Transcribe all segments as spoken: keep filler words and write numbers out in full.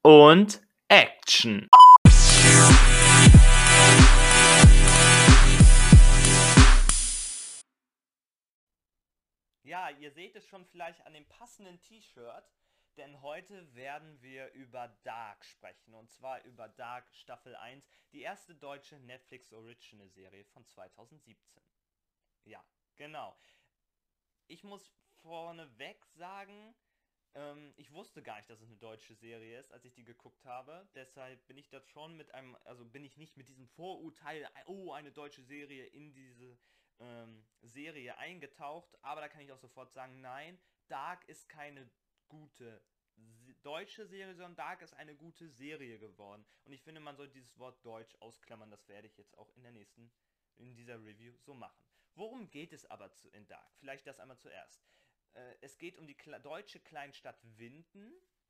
und Action. Ja, ihr seht es schon vielleicht an dem passenden T-Shirt, denn heute werden wir über Dark sprechen, und zwar über Dark Staffel eins, die erste deutsche Netflix-Original-Serie von zweitausendsiebzehn. Ja, genau. Ich muss vorneweg sagen, ähm, ich wusste gar nicht, dass es eine deutsche Serie ist, als ich die geguckt habe. Deshalb bin ich das schon mit einem, also bin ich nicht mit diesem Vorurteil, oh, eine deutsche Serie, in diese ähm, Serie eingetaucht. Aber da kann ich auch sofort sagen, nein, Dark ist keine gute se- deutsche Serie, sondern Dark ist eine gute Serie geworden. Und ich finde, man sollte dieses Wort Deutsch ausklammern. Das werde ich jetzt auch in der nächsten, in dieser Review so machen. Worum geht es aber zu, in Dark? Vielleicht das einmal zuerst. Äh, es geht um die Kle deutsche Kleinstadt Winden,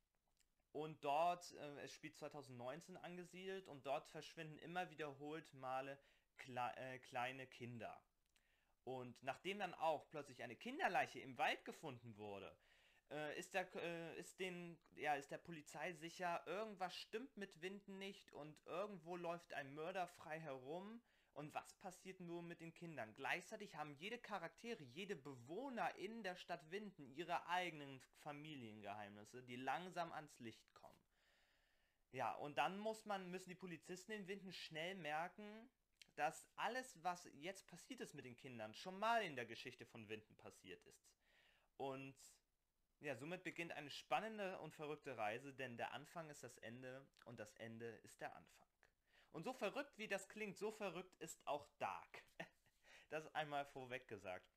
und dort, äh, es spielt zweitausendneunzehn angesiedelt, und dort verschwinden immer wiederholt Male kle äh, kleine Kinder. Und nachdem dann auch plötzlich eine Kinderleiche im Wald gefunden wurde, äh, ist, der, äh, ist, den, ja, ist der Polizei sicher, irgendwas stimmt mit Winden nicht und irgendwo läuft ein Mörder frei herum. Und was passiert nur mit den Kindern? Gleichzeitig haben jede Charaktere, jede Bewohner in der Stadt Winden ihre eigenen Familiengeheimnisse, die langsam ans Licht kommen. Ja, und dann muss man, müssen die Polizisten in Winden schnell merken, dass alles, was jetzt passiert ist mit den Kindern, schon mal in der Geschichte von Winden passiert ist. Und ja, somit beginnt eine spannende und verrückte Reise, denn der Anfang ist das Ende und das Ende ist der Anfang. Und so verrückt wie das klingt, so verrückt ist auch Dark. Das einmal vorweg gesagt.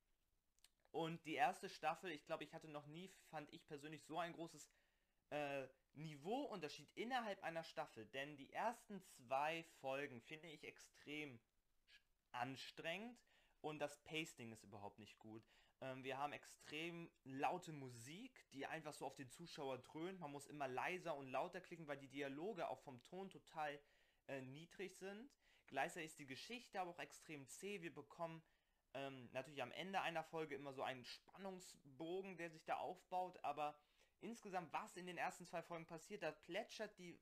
Und die erste Staffel, ich glaube, ich hatte noch nie, fand ich persönlich, so ein großes äh, Niveauunterschied innerhalb einer Staffel. Denn die ersten zwei Folgen finde ich extrem anstrengend und das Pasting ist überhaupt nicht gut. Ähm, wir haben extrem laute Musik, die einfach so auf den Zuschauer dröhnt. Man muss immer leiser und lauter klicken, weil die Dialoge auch vom Ton total äh, niedrig sind. Gleichzeitig ist die Geschichte aber auch extrem zäh. Wir bekommen ähm, natürlich am Ende einer Folge immer so einen Spannungsbogen, der sich da aufbaut, aber insgesamt, was in den ersten zwei Folgen passiert, da plätschert die,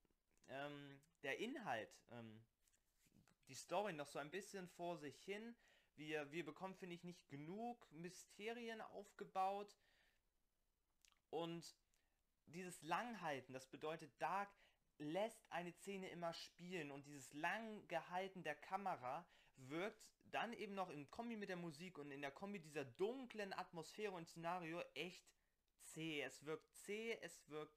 ähm, der Inhalt, ähm, die Story noch so ein bisschen vor sich hin. Wir, wir bekommen, finde ich, nicht genug Mysterien aufgebaut. Und dieses Langhalten, das bedeutet, Dark lässt eine Szene immer spielen. Und dieses Langgehalten der Kamera wirkt dann eben noch in Kombi mit der Musik und in der Kombi dieser dunklen Atmosphäre und Szenario echt zäh. Es wirkt zäh, es wirkt,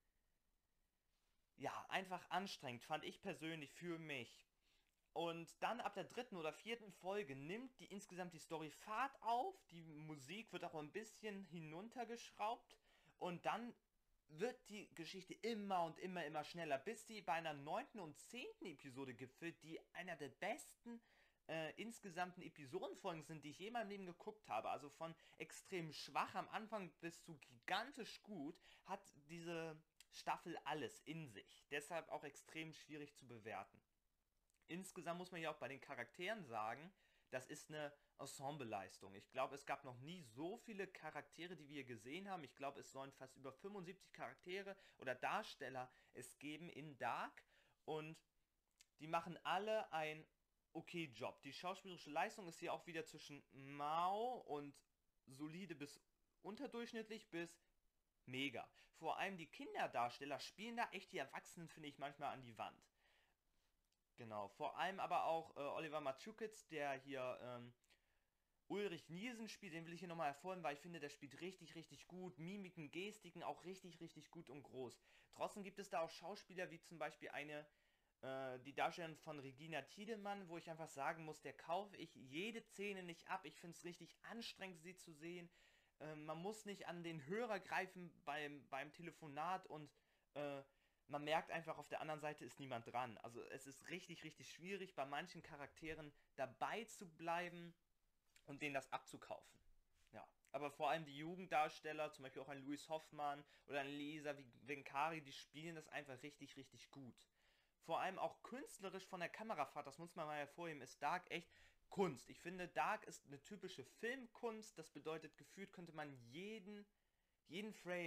ja, einfach anstrengend, fand ich persönlich für mich. Und dann ab der dritten oder vierten Folge nimmt die insgesamt die Story Fahrt auf, die Musik wird auch ein bisschen hinuntergeschraubt und dann wird die Geschichte immer und immer, immer schneller, bis sie bei einer neunten und zehnten Episode gipfelt, die einer der besten äh, insgesamten Episodenfolgen sind, die ich je in meinem Leben geguckt habe. Also von extrem schwach am Anfang bis zu gigantisch gut, hat diese Staffel alles in sich. Deshalb auch extrem schwierig zu bewerten. Insgesamt muss man ja auch bei den Charakteren sagen, das ist eine Ensemble-Leistung. Ich glaube, es gab noch nie so viele Charaktere, die wir gesehen haben. Ich glaube, es sollen fast über fünfundsiebzig Charaktere oder Darsteller es geben in Dark. Und die machen alle einen okay Job. Die schauspielerische Leistung ist hier auch wieder zwischen mau und solide bis unterdurchschnittlich bis mega. Vor allem die Kinderdarsteller spielen da echt die Erwachsenen, finde ich, manchmal an die Wand. Genau, vor allem aber auch äh, Oliver Matschoukitz, der hier ähm, Ulrich Nielsen spielt, den will ich hier nochmal hervorheben, weil ich finde, der spielt richtig, richtig gut. Mimiken, Gestiken auch richtig, richtig gut und groß. Trotzdem gibt es da auch Schauspieler wie zum Beispiel eine, äh, die Darstellerin von Regina Tiedemann, wo ich einfach sagen muss, der kaufe ich jede Szene nicht ab. Ich finde es richtig anstrengend, sie zu sehen. Äh, man muss nicht an den Hörer greifen beim, beim Telefonat und äh, man merkt einfach, auf der anderen Seite ist niemand dran. Also es ist richtig, richtig schwierig, bei manchen Charakteren dabei zu bleiben und denen das abzukaufen. Ja, aber vor allem die Jugenddarsteller, zum Beispiel auch ein Louis Hoffmann oder ein Lisa Venkari, die spielen das einfach richtig, richtig gut. Vor allem auch künstlerisch von der Kamerafahrt, das muss man mal hervorheben, ist Dark echt Kunst. Ich finde, Dark ist eine typische Filmkunst, das bedeutet, gefühlt könnte man jeden, jeden Frame,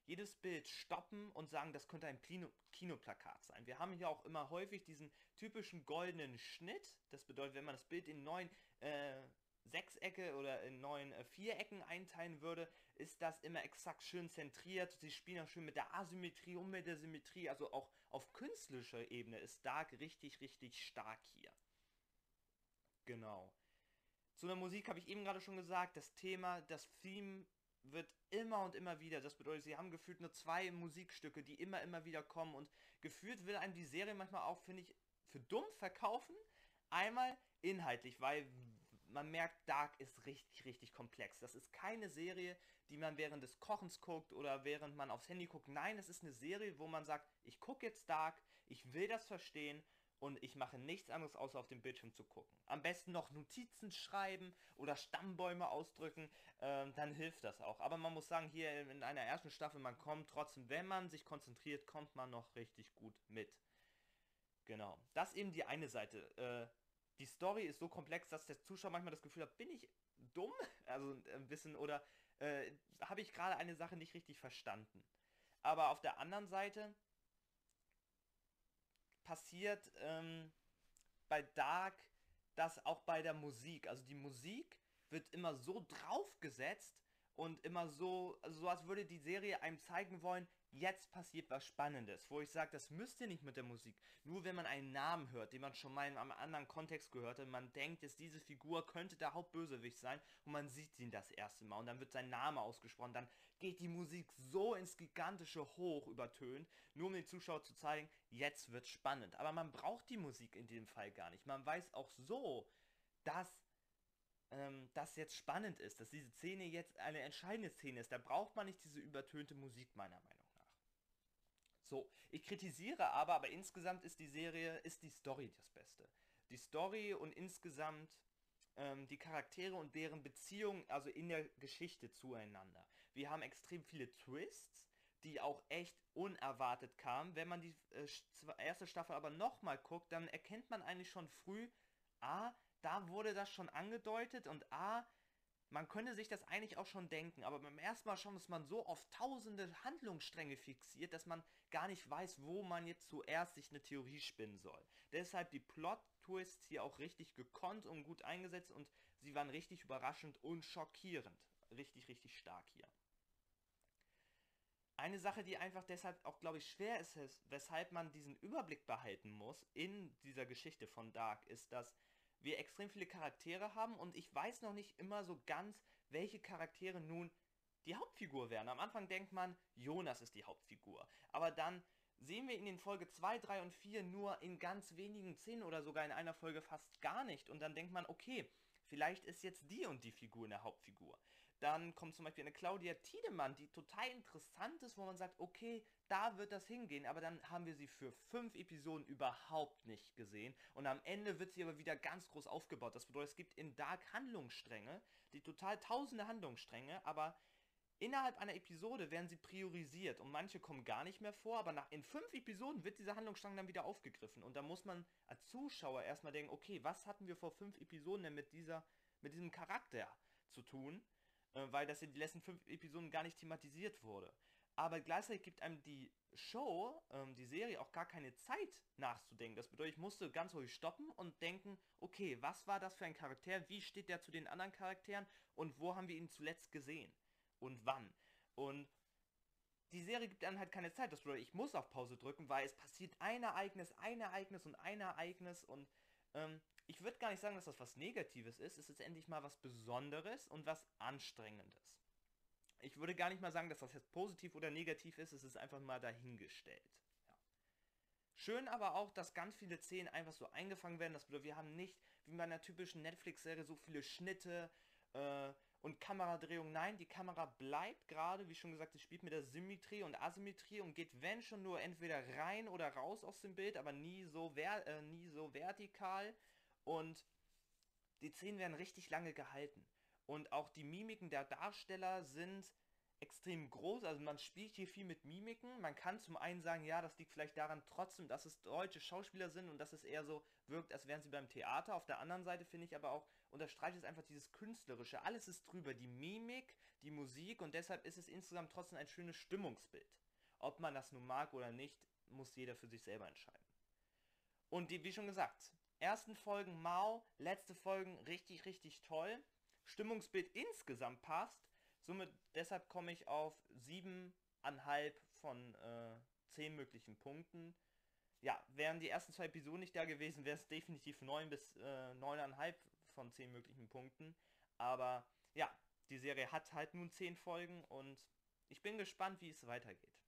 jedes Bild stoppen und sagen, das könnte ein Kino Kinoplakat sein. Wir haben hier auch immer häufig diesen typischen goldenen Schnitt. Das bedeutet, wenn man das Bild in neun äh, Sechsecke oder in neun äh, Vierecken einteilen würde, ist das immer exakt schön zentriert. Sie spielen auch schön mit der Asymmetrie und mit der Symmetrie. Also auch auf künstlerischer Ebene ist Dark richtig, richtig stark hier. Genau. Zu der Musik habe ich eben gerade schon gesagt, das Thema, das Theme wird immer und immer wieder, das bedeutet, sie haben gefühlt nur zwei Musikstücke, die immer, immer wieder kommen und gefühlt will einem die Serie manchmal auch, finde ich, für dumm verkaufen. Einmal inhaltlich, weil man merkt, Dark ist richtig, richtig komplex. Das ist keine Serie, die man während des Kochens guckt oder während man aufs Handy guckt. Nein, es ist eine Serie, wo man sagt, ich gucke jetzt Dark, ich will das verstehen und ich mache nichts anderes, außer auf dem Bildschirm zu gucken. Am besten noch Notizen schreiben oder Stammbäume ausdrücken, ähm, dann hilft das auch. Aber man muss sagen, hier in einer ersten Staffel, man kommt trotzdem, wenn man sich konzentriert, kommt man noch richtig gut mit. Genau. Das ist eben die eine Seite. Äh, die Story ist so komplex, dass der Zuschauer manchmal das Gefühl hat, bin ich dumm? Also ein bisschen, oder äh, habe ich gerade eine Sache nicht richtig verstanden? Aber auf der anderen Seite passiert ähm, bei Dark das auch bei der Musik. Also die Musik wird immer so draufgesetzt und immer so, also so als würde die Serie einem zeigen wollen, jetzt passiert was Spannendes. Wo ich sage, das müsst ihr nicht mit der Musik. Nur wenn man einen Namen hört, den man schon mal in einem anderen Kontext gehört hat, man denkt, jetzt diese Figur könnte der Hauptbösewicht sein und man sieht ihn das erste Mal und dann wird sein Name ausgesprochen, dann geht die Musik so ins gigantische Hoch übertönt, nur um den Zuschauer zu zeigen, jetzt wird spannend. Aber man braucht die Musik in dem Fall gar nicht. Man weiß auch so, dass ähm, das jetzt spannend ist, dass diese Szene jetzt eine entscheidende Szene ist. Da braucht man nicht diese übertönte Musik, meiner Meinung nach. So, ich kritisiere aber, aber insgesamt ist die Serie, ist die Story das Beste. Die Story und insgesamt ähm, die Charaktere und deren Beziehung, also in der Geschichte zueinander. Wir haben extrem viele Twists, die auch echt unerwartet kamen. Wenn man die äh, erste Staffel aber nochmal guckt, dann erkennt man eigentlich schon früh, ah, da wurde das schon angedeutet und ah, man könnte sich das eigentlich auch schon denken, aber beim ersten Mal schon ist man so auf tausende Handlungsstränge fixiert, dass man gar nicht weiß, wo man jetzt zuerst sich eine Theorie spinnen soll. Deshalb die Plot-Twists hier auch richtig gekonnt und gut eingesetzt und sie waren richtig überraschend und schockierend. Richtig, richtig stark hier. Eine Sache, die einfach deshalb auch, glaube ich, schwer ist, weshalb man diesen Überblick behalten muss in dieser Geschichte von Dark, ist, dass wir extrem viele Charaktere haben und ich weiß noch nicht immer so ganz, welche Charaktere nun die Hauptfigur wären. Am Anfang denkt man, Jonas ist die Hauptfigur. Aber dann sehen wir ihn in Folge zwei, drei und vier nur in ganz wenigen Szenen oder sogar in einer Folge fast gar nicht. Und dann denkt man, okay, vielleicht ist jetzt die und die Figur eine Hauptfigur. Dann kommt zum Beispiel eine Claudia Tiedemann, die total interessant ist, wo man sagt, okay, da wird das hingehen, aber dann haben wir sie für fünf Episoden überhaupt nicht gesehen und am Ende wird sie aber wieder ganz groß aufgebaut. Das bedeutet, es gibt in Dark Handlungsstränge, die total tausende Handlungsstränge, aber innerhalb einer Episode werden sie priorisiert und manche kommen gar nicht mehr vor, aber nach, in fünf Episoden wird dieser Handlungsstrang dann wieder aufgegriffen und da muss man als Zuschauer erstmal denken, okay, was hatten wir vor fünf Episoden denn mit, dieser, mit diesem Charakter zu tun? Weil das in den letzten fünf Episoden gar nicht thematisiert wurde. Aber gleichzeitig gibt einem die Show, ähm, die Serie, auch gar keine Zeit nachzudenken. Das bedeutet, ich musste ganz ruhig stoppen und denken, okay, was war das für ein Charakter, wie steht der zu den anderen Charakteren und wo haben wir ihn zuletzt gesehen und wann. Und die Serie gibt einem halt keine Zeit. Das bedeutet, ich muss auf Pause drücken, weil es passiert ein Ereignis, ein Ereignis und ein Ereignis und ähm, ich würde gar nicht sagen, dass das was Negatives ist. Es ist endlich mal was Besonderes und was Anstrengendes. Ich würde gar nicht mal sagen, dass das jetzt positiv oder negativ ist. Es ist einfach mal dahingestellt. Ja. Schön aber auch, dass ganz viele Szenen einfach so eingefangen werden. Das bedeutet, wir haben nicht, wie bei einer typischen Netflix-Serie, so viele Schnitte äh, und Kameradrehung. Nein, die Kamera bleibt gerade, wie schon gesagt, sie spielt mit der Symmetrie und Asymmetrie und geht, wenn schon, nur entweder rein oder raus aus dem Bild, aber nie so, ver äh, nie so vertikal. Und die Szenen werden richtig lange gehalten. Und auch die Mimiken der Darsteller sind extrem groß, also man spielt hier viel mit Mimiken. Man kann zum einen sagen, ja, das liegt vielleicht daran trotzdem, dass es deutsche Schauspieler sind und dass es eher so wirkt, als wären sie beim Theater. Auf der anderen Seite finde ich aber auch, unterstreicht es einfach dieses Künstlerische. Alles ist drüber, die Mimik, die Musik, und deshalb ist es insgesamt trotzdem ein schönes Stimmungsbild. Ob man das nun mag oder nicht, muss jeder für sich selber entscheiden. Und die, wie schon gesagt, ersten Folgen mau, letzte Folgen richtig, richtig toll. Stimmungsbild insgesamt passt. Somit deshalb komme ich auf sieben Komma fünf von äh, zehn möglichen Punkten. Ja, wären die ersten zwei Episoden nicht da gewesen, wäre es definitiv neun bis äh, neun Komma fünf von zehn möglichen Punkten. Aber ja, die Serie hat halt nun zehn Folgen und ich bin gespannt, wie es weitergeht.